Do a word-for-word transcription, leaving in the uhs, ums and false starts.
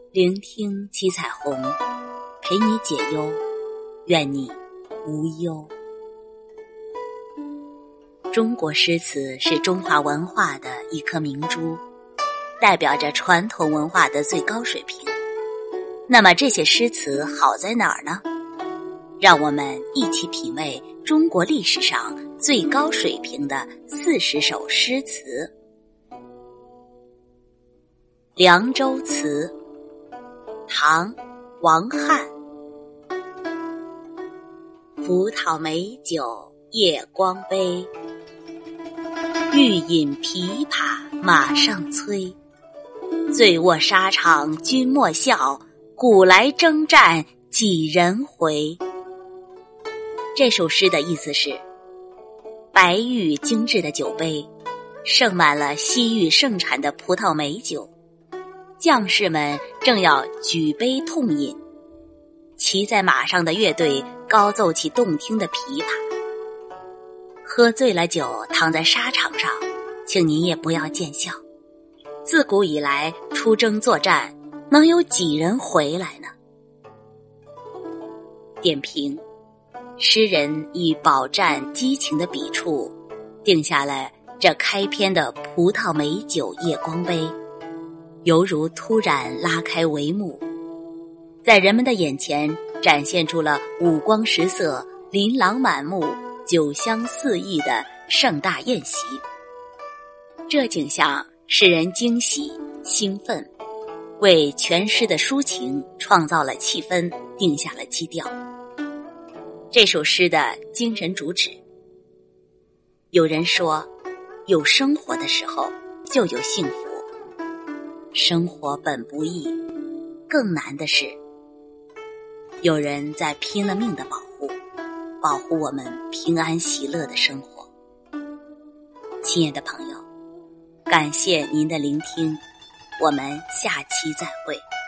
聆听七彩虹，陪你解忧，愿你无忧。中国诗词是中华文化的一颗明珠，代表着传统文化的最高水平。那么这些诗词好在哪儿呢？让我们一起品味中国历史上最高水平的四十首诗词。凉州词，唐·王翰。葡萄美酒夜光杯，欲饮琵琶马上催。醉卧沙场君莫笑，古来征战几人回。这首诗的意思是，白玉精致的酒杯盛满了西域盛产的葡萄美酒，将士们正要举杯痛饮，骑在马上的乐队高奏起动听的琵琶。喝醉了酒躺在沙场上，请您也不要见笑。自古以来出征作战，能有几人回来呢？点评：诗人以饱蘸激情的笔触，定下了这开篇的葡萄美酒夜光杯，犹如突然拉开帷幕，在人们的眼前展现出了五光十色、琳琅满目、酒香四溢的盛大宴席。这景象使人惊喜兴奋，为全诗的抒情创造了气氛，定下了基调。这首诗的精神主旨，有人说，有生活的时候就有幸福。生活本不易，更难的是，有人在拼了命的保护，保护我们平安喜乐的生活。亲爱的朋友，感谢您的聆听，我们下期再会。